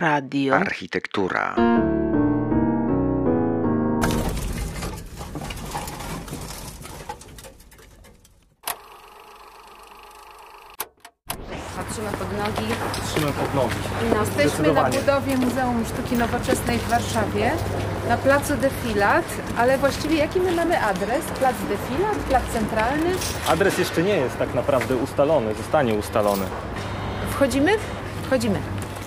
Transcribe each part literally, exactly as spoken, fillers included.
Radio. Architektura. Patrzymy pod nogi. Patrzymy pod nogi. Jesteśmy na budowie Muzeum Sztuki Nowoczesnej w Warszawie, na placu Defilat, ale właściwie jaki my mamy adres? Plac Defilat? Plac Centralny? Adres jeszcze nie jest tak naprawdę ustalony, zostanie ustalony. Wchodzimy? Wchodzimy.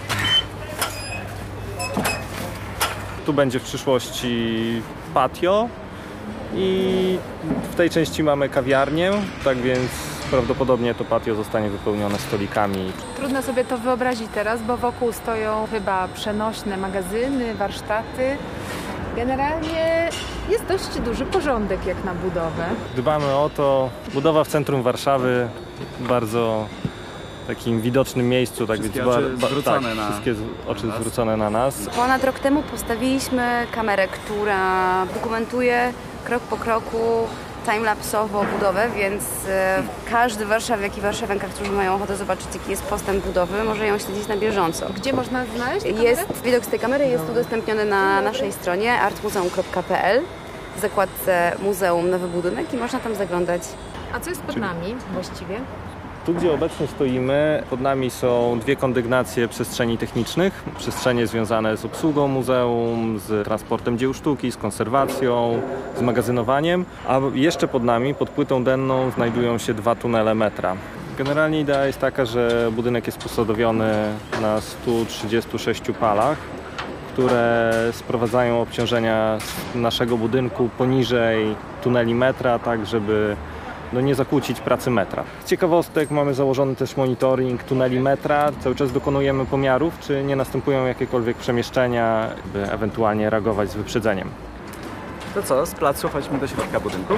Tu będzie w przyszłości patio i w tej części mamy kawiarnię, tak więc prawdopodobnie to patio zostanie wypełnione stolikami. Trudno sobie to wyobrazić teraz, bo wokół stoją chyba przenośne magazyny, warsztaty. Generalnie jest dość duży porządek jak na budowę. Dbamy o to. Budowa w centrum Warszawy, bardzo takim widocznym miejscu. Tak wszystkie więc oczy ba, zwrócone tak, na wszystkie oczy nas. zwrócone na nas. Ponad rok temu postawiliśmy kamerę, która dokumentuje krok po kroku timelapsowo budowę, więc e, każdy warszawiak i warszawianka, którzy mają ochotę zobaczyć, jaki jest postęp budowy, może ją śledzić na bieżąco. Gdzie można znaleźć tę Jest kamerę? widok z tej kamery jest udostępniony na naszej stronie art muzeum kropka p l w zakładce Muzeum Nowy Budynek i można tam zaglądać. A co jest pod nami właściwie? Tu, gdzie obecnie stoimy, pod nami są dwie kondygnacje przestrzeni technicznych. Przestrzenie związane z obsługą muzeum, z transportem dzieł sztuki, z konserwacją, z magazynowaniem. A jeszcze pod nami, pod płytą denną, znajdują się dwa tunele metra. Generalnie idea jest taka, że budynek jest posadowiony na stu trzydziestu sześciu palach, które sprowadzają obciążenia z naszego budynku poniżej tuneli metra, tak żeby no nie zakłócić pracy metra. Z ciekawostek mamy założony też monitoring tuneli metra. Cały czas dokonujemy pomiarów, czy nie następują jakiekolwiek przemieszczenia, by ewentualnie reagować z wyprzedzeniem. To co, z placu chodźmy do środka budynku?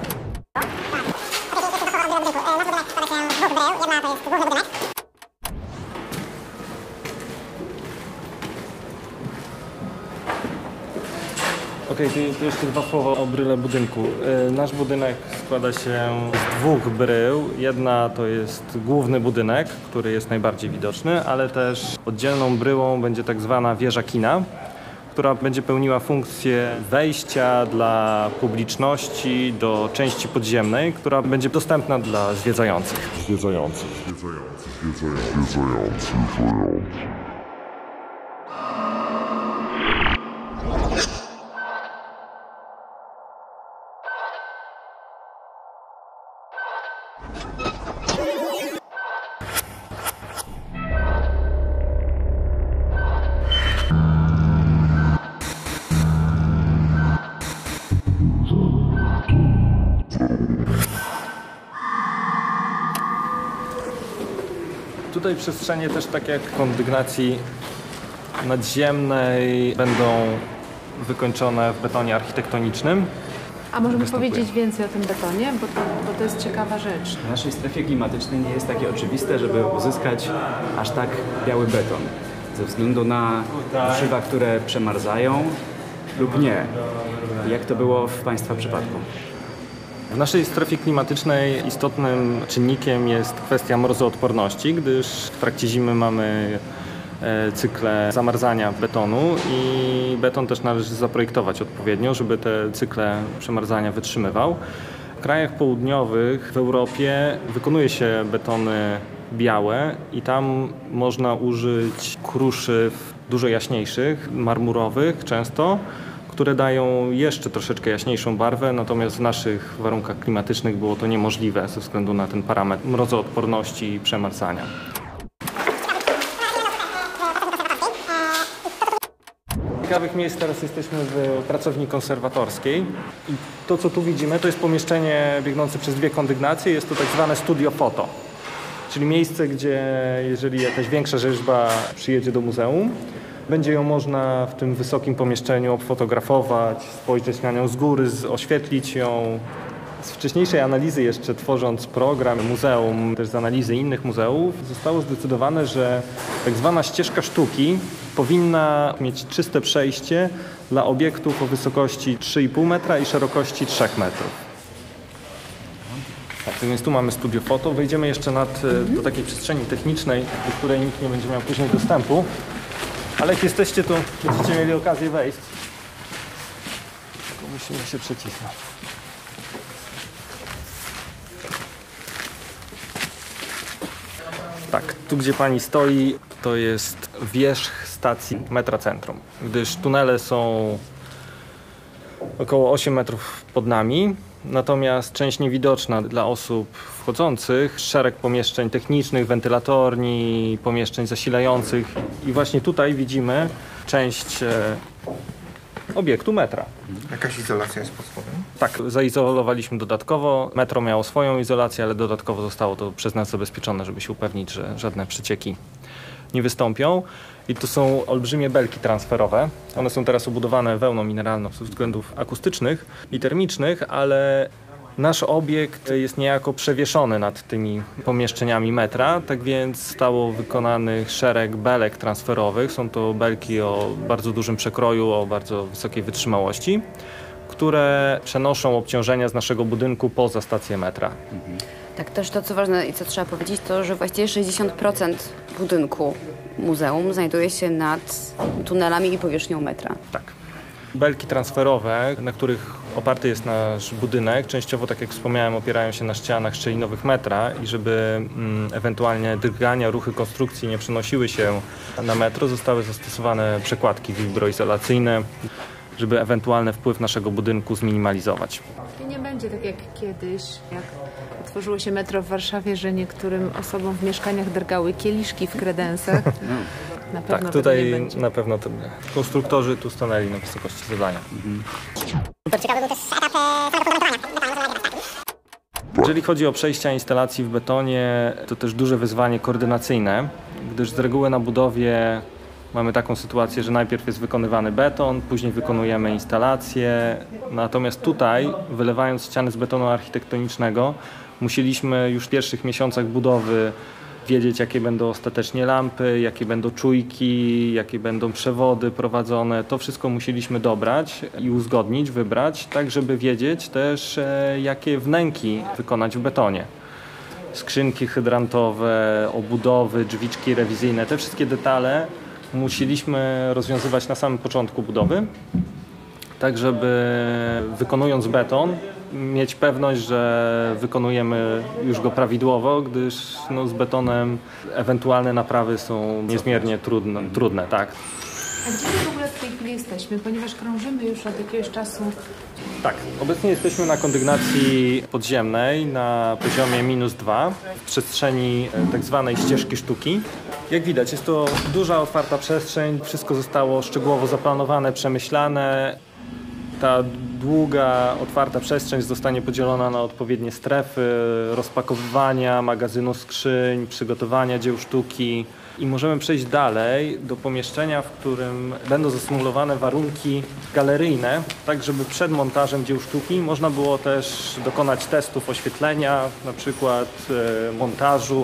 Okej, okay, to jeszcze dwa słowa o bryle budynku. Nasz budynek składa się z dwóch brył. Jedna to jest główny budynek, który jest najbardziej widoczny, ale też oddzielną bryłą będzie tak zwana wieża kina, która będzie pełniła funkcję wejścia dla publiczności do części podziemnej, która będzie dostępna dla zwiedzających. Zwiedzających, zwiedzających, zwiedzających, zwiedzających, zwiedzających. Tutaj przestrzenie też tak jak w kondygnacji nadziemnej będą wykończone w betonie architektonicznym. A możemy Występuje. powiedzieć więcej o tym betonie, bo to, bo to jest ciekawa rzecz. W naszej strefie klimatycznej nie jest takie oczywiste, żeby uzyskać aż tak biały beton. Ze względu na krzywa, które przemarzają lub nie. Jak to było w Państwa przypadku? W naszej strefie klimatycznej istotnym czynnikiem jest kwestia mrozoodporności, gdyż w trakcie zimy mamy cykle zamarzania betonu i beton też należy zaprojektować odpowiednio, żeby te cykle przemarzania wytrzymywał. W krajach południowych w Europie wykonuje się betony białe i tam można użyć kruszyw dużo jaśniejszych, marmurowych często, które dają jeszcze troszeczkę jaśniejszą barwę, natomiast w naszych warunkach klimatycznych było to niemożliwe ze względu na ten parametr mrozoodporności i przemarzania. W ciekawych miejsc teraz jesteśmy w pracowni konserwatorskiej i to, co tu widzimy, to jest pomieszczenie biegnące przez dwie kondygnacje, jest to tak zwane studio foto, czyli miejsce, gdzie jeżeli jakaś większa rzeźba przyjedzie do muzeum, będzie ją można w tym wysokim pomieszczeniu obfotografować, spojrzeć na nią z góry, oświetlić ją. Z wcześniejszej analizy jeszcze tworząc program muzeum, też z analizy innych muzeów, zostało zdecydowane, że tak zwana ścieżka sztuki powinna mieć czyste przejście dla obiektów o wysokości trzy i pół metra i szerokości trzech metrów. Tak, więc tu mamy studio foto. Wejdziemy jeszcze nad, do takiej przestrzeni technicznej, do której nikt nie będzie miał później dostępu. Ale jak jesteście, to będziecie mieli okazję wejść. Tylko musimy się przecisnąć. Tak, tu gdzie pani stoi, to jest wierzch stacji metra Centrum, gdyż tunele są około osiem metrów pod nami, natomiast część niewidoczna dla osób wchodzących, szereg pomieszczeń technicznych, wentylatorni, pomieszczeń zasilających i właśnie tutaj widzimy część e, obiektu metra. Jakaś izolacja jest pod spodem? Tak, zaizolowaliśmy dodatkowo. Metro miało swoją izolację, ale dodatkowo zostało to przez nas zabezpieczone, żeby się upewnić, że żadne przecieki nie wystąpią. I to są olbrzymie belki transferowe. One są teraz obudowane wełną mineralną ze względów akustycznych i termicznych, ale nasz obiekt jest niejako przewieszony nad tymi pomieszczeniami metra, tak więc zostało wykonanych szereg belek transferowych. Są to belki o bardzo dużym przekroju, o bardzo wysokiej wytrzymałości, które przenoszą obciążenia z naszego budynku poza stację metra. Mhm. Tak, też to co ważne i co trzeba powiedzieć, to że właściwie sześćdziesiąt procent budynku muzeum znajduje się nad tunelami i powierzchnią metra. Tak. Belki transferowe, na których oparty jest nasz budynek, częściowo, tak jak wspomniałem, opierają się na ścianach szczelinowych metra i żeby mm, ewentualnie drgania, ruchy konstrukcji nie przenosiły się na metro, zostały zastosowane przekładki wibroizolacyjne, żeby ewentualny wpływ naszego budynku zminimalizować. I nie będzie tak jak kiedyś, jak otworzyło się metro w Warszawie, że niektórym osobom w mieszkaniach drgały kieliszki w kredensach. Na pewno tak, tutaj nie będzie. na pewno to nie. Konstruktorzy tu stanęli na wysokości zadania. Mhm. Jeżeli chodzi o przejścia instalacji w betonie, to też duże wyzwanie koordynacyjne, gdyż z reguły na budowie mamy taką sytuację, że najpierw jest wykonywany beton, później wykonujemy instalację, natomiast tutaj, wylewając ściany z betonu architektonicznego, musieliśmy już w pierwszych miesiącach budowy wiedzieć, jakie będą ostatecznie lampy, jakie będą czujki, jakie będą przewody prowadzone. To wszystko musieliśmy dobrać i uzgodnić, wybrać, tak żeby wiedzieć też, jakie wnęki wykonać w betonie. Skrzynki hydrantowe, obudowy, drzwiczki rewizyjne, te wszystkie detale musieliśmy rozwiązywać na samym początku budowy, tak żeby wykonując beton mieć pewność, że wykonujemy już go prawidłowo, gdyż no, z betonem ewentualne naprawy są niezmiernie trudne, trudne, tak. A gdzie my w ogóle w tej chwili jesteśmy? Ponieważ krążymy już od jakiegoś czasu. Tak, obecnie jesteśmy na kondygnacji podziemnej na poziomie minus dwa w przestrzeni tak zwanej ścieżki sztuki. Jak widać, jest to duża, otwarta przestrzeń, wszystko zostało szczegółowo zaplanowane, przemyślane. Ta długa, otwarta przestrzeń zostanie podzielona na odpowiednie strefy rozpakowywania, magazynu skrzyń, przygotowania dzieł sztuki. I możemy przejść dalej do pomieszczenia, w którym będą zasymulowane warunki galeryjne, tak żeby przed montażem dzieł sztuki można było też dokonać testów oświetlenia, na przykład e, montażu.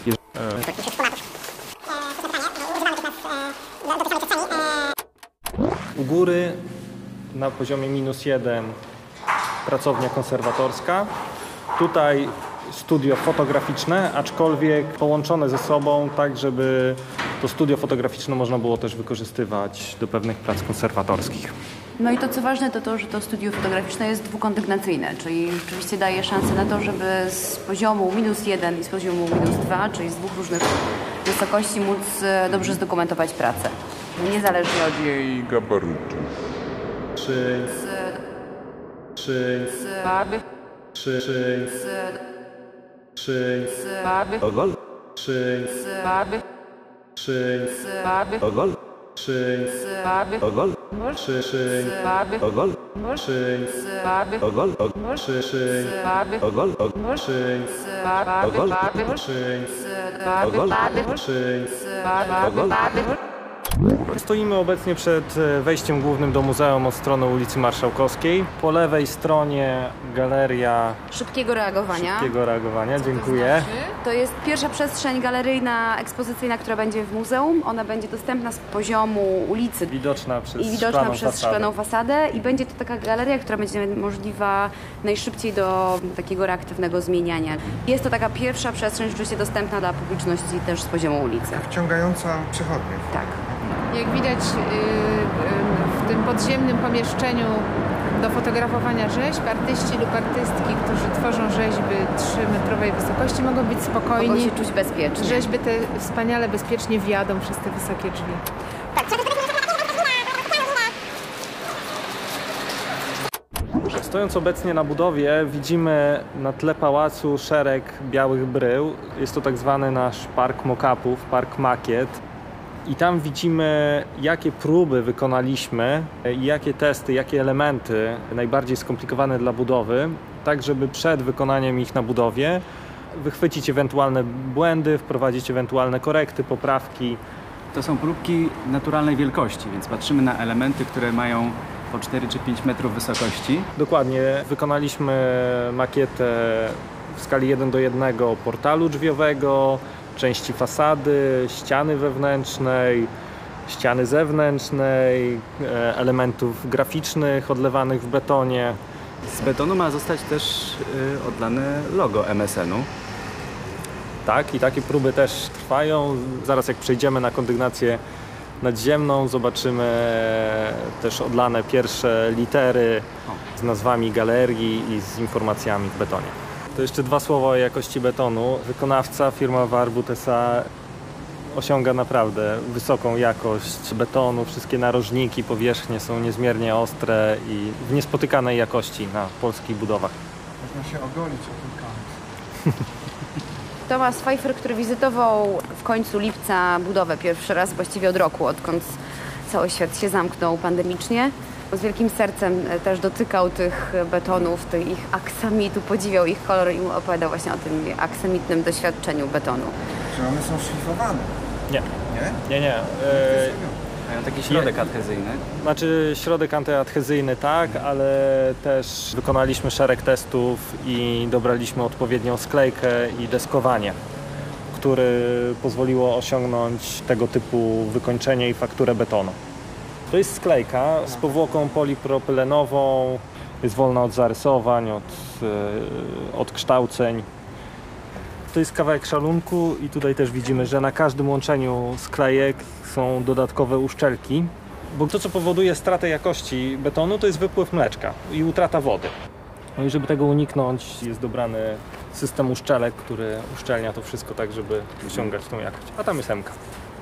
U góry na poziomie minus jeden pracownia konserwatorska. Tutaj studio fotograficzne, aczkolwiek połączone ze sobą tak, żeby to studio fotograficzne można było też wykorzystywać do pewnych prac konserwatorskich. No i to co ważne to to, że to studio fotograficzne jest dwukondygnacyjne, czyli rzeczywiście daje szansę na to, żeby z poziomu minus jeden i z poziomu minus dwa, czyli z dwóch różnych wysokości móc dobrze zdokumentować pracę. Niezależnie od jej gabarytu. Trzy, trzy, Baby, trzy, trzy, trzy, baby, trzy, baby, trzy, baby, trzy, baby, trzy, trzy, baby, trzy, baby, trzy, trzy, baby, trzy, baby, baby, trzy, baby, baby, trzy. baby, baby. Stoimy obecnie przed wejściem głównym do muzeum od strony ulicy Marszałkowskiej. Po lewej stronie galeria szybkiego reagowania. szybkiego reagowania. Dziękuję. To jest pierwsza przestrzeń galeryjna, ekspozycyjna, która będzie w muzeum. Ona będzie dostępna z poziomu ulicy Widoczna przez i widoczna szklaną przez fasadę. szklaną fasadę i będzie to taka galeria, która będzie możliwa najszybciej do takiego reaktywnego zmieniania. Jest to taka pierwsza przestrzeń rzeczywiście dostępna dla publiczności też z poziomu ulicy. Wciągająca przechodniów. Tak. Jak widać w tym podziemnym pomieszczeniu do fotografowania rzeźb, artyści lub artystki, którzy tworzą rzeźby trzymetrowej wysokości, mogą być spokojni. Mogą się czuć bezpiecznie. Rzeźby te wspaniale bezpiecznie wjadą przez te wysokie drzwi. Stojąc obecnie na budowie, widzimy na tle pałacu szereg białych brył. Jest to tak zwany nasz park mock-upów, park makiet. I tam widzimy, jakie próby wykonaliśmy i jakie testy, jakie elementy najbardziej skomplikowane dla budowy, tak żeby przed wykonaniem ich na budowie wychwycić ewentualne błędy, wprowadzić ewentualne korekty, poprawki. To są próbki naturalnej wielkości, więc patrzymy na elementy, które mają po cztery czy pięć metrów wysokości. Dokładnie. Wykonaliśmy makietę w skali jeden do jednego portalu drzwiowego, części fasady, ściany wewnętrznej, ściany zewnętrznej, elementów graficznych odlewanych w betonie. Z betonu ma zostać też y, odlane logo M S N u. Tak, i takie próby też trwają. Zaraz jak przejdziemy na kondygnację nadziemną, zobaczymy też odlane pierwsze litery z nazwami galerii i z informacjami w betonie. To jeszcze dwa słowa o jakości betonu. Wykonawca, firma Warbut S A osiąga naprawdę wysoką jakość betonu. Wszystkie narożniki, powierzchnie są niezmiernie ostre i w niespotykanej jakości na polskich budowach. Można się ogolić o ten kant. Thomas Pfeiffer, który wizytował w końcu lipca budowę pierwszy raz właściwie od roku, odkąd cały świat się zamknął pandemicznie. Z wielkim sercem też dotykał tych betonów, tych ich aksamitu, podziwiał ich kolor i opowiadał właśnie o tym aksamitnym doświadczeniu betonu. Czy one są szlifowane? Nie. Nie? Nie, nie. E, Mają taki środek adhezyjny. Znaczy środek antyadhezyjny tak, ale też wykonaliśmy szereg testów i dobraliśmy odpowiednią sklejkę i deskowanie, które pozwoliło osiągnąć tego typu wykończenie i fakturę betonu. To jest sklejka z powłoką polipropylenową, jest wolna od zarysowań, od, yy, od kształceń. To jest kawałek szalunku i tutaj też widzimy, że na każdym łączeniu sklejek są dodatkowe uszczelki, bo to, co powoduje stratę jakości betonu, to jest wypływ mleczka i utrata wody. No i żeby tego uniknąć, jest dobrany system uszczelek, który uszczelnia to wszystko tak, żeby osiągać tą jakość. A tam jest Emka.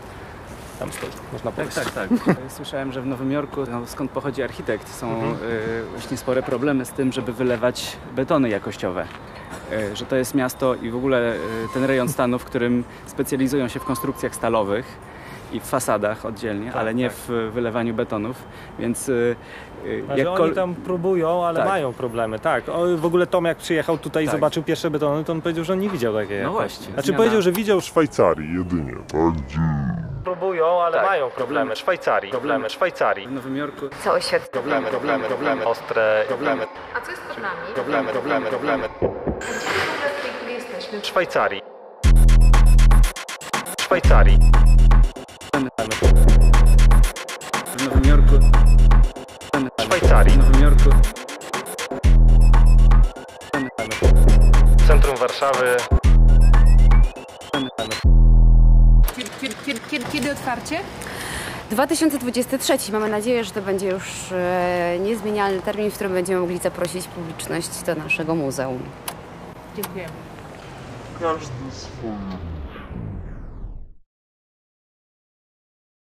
Tam stoi, można Tak, powiedzieć. tak, tak. Słyszałem, że w Nowym Jorku, no, skąd pochodzi architekt, są Mhm. y, właśnie spore problemy z tym, żeby wylewać betony jakościowe. Y, że to jest miasto i w ogóle y, ten rejon stanu, w którym specjalizują się w konstrukcjach stalowych i w fasadach oddzielnie, Tak, ale nie tak. w wylewaniu betonów, więc y, y, Znaczy jakkol- oni tam próbują, ale Tak. mają problemy, tak. O, w ogóle Tom jak przyjechał tutaj i Tak. zobaczył pierwsze betony, to on powiedział, że nie widział takiej No jakości. właśnie, Znaczy zmiana. powiedział, że widział W Szwajcarii jedynie, tak? Gdzie? próbują, ale Tak. mają problemy. Szwajcarii, problemy Szwajcarii. w Nowym Jorku Cały świat. problemy, problemy, problemy. Ostre problemy. A co jest pod nami? Problemy, problemy, problemy. Gdzie jesteśmy? Szwajcarii. Szwajcarii. W Nowym Jorku Szwajcarii. w Nowym Jorku Centrum Warszawy. Kiedy, kiedy, kiedy, kiedy, kiedy otwarcie? dwa tysiące dwudziesty trzeci. Mamy nadzieję, że to będzie już e, niezmienialny termin, w którym będziemy mogli zaprosić publiczność do naszego muzeum. Dziękujemy. Każdy swoje.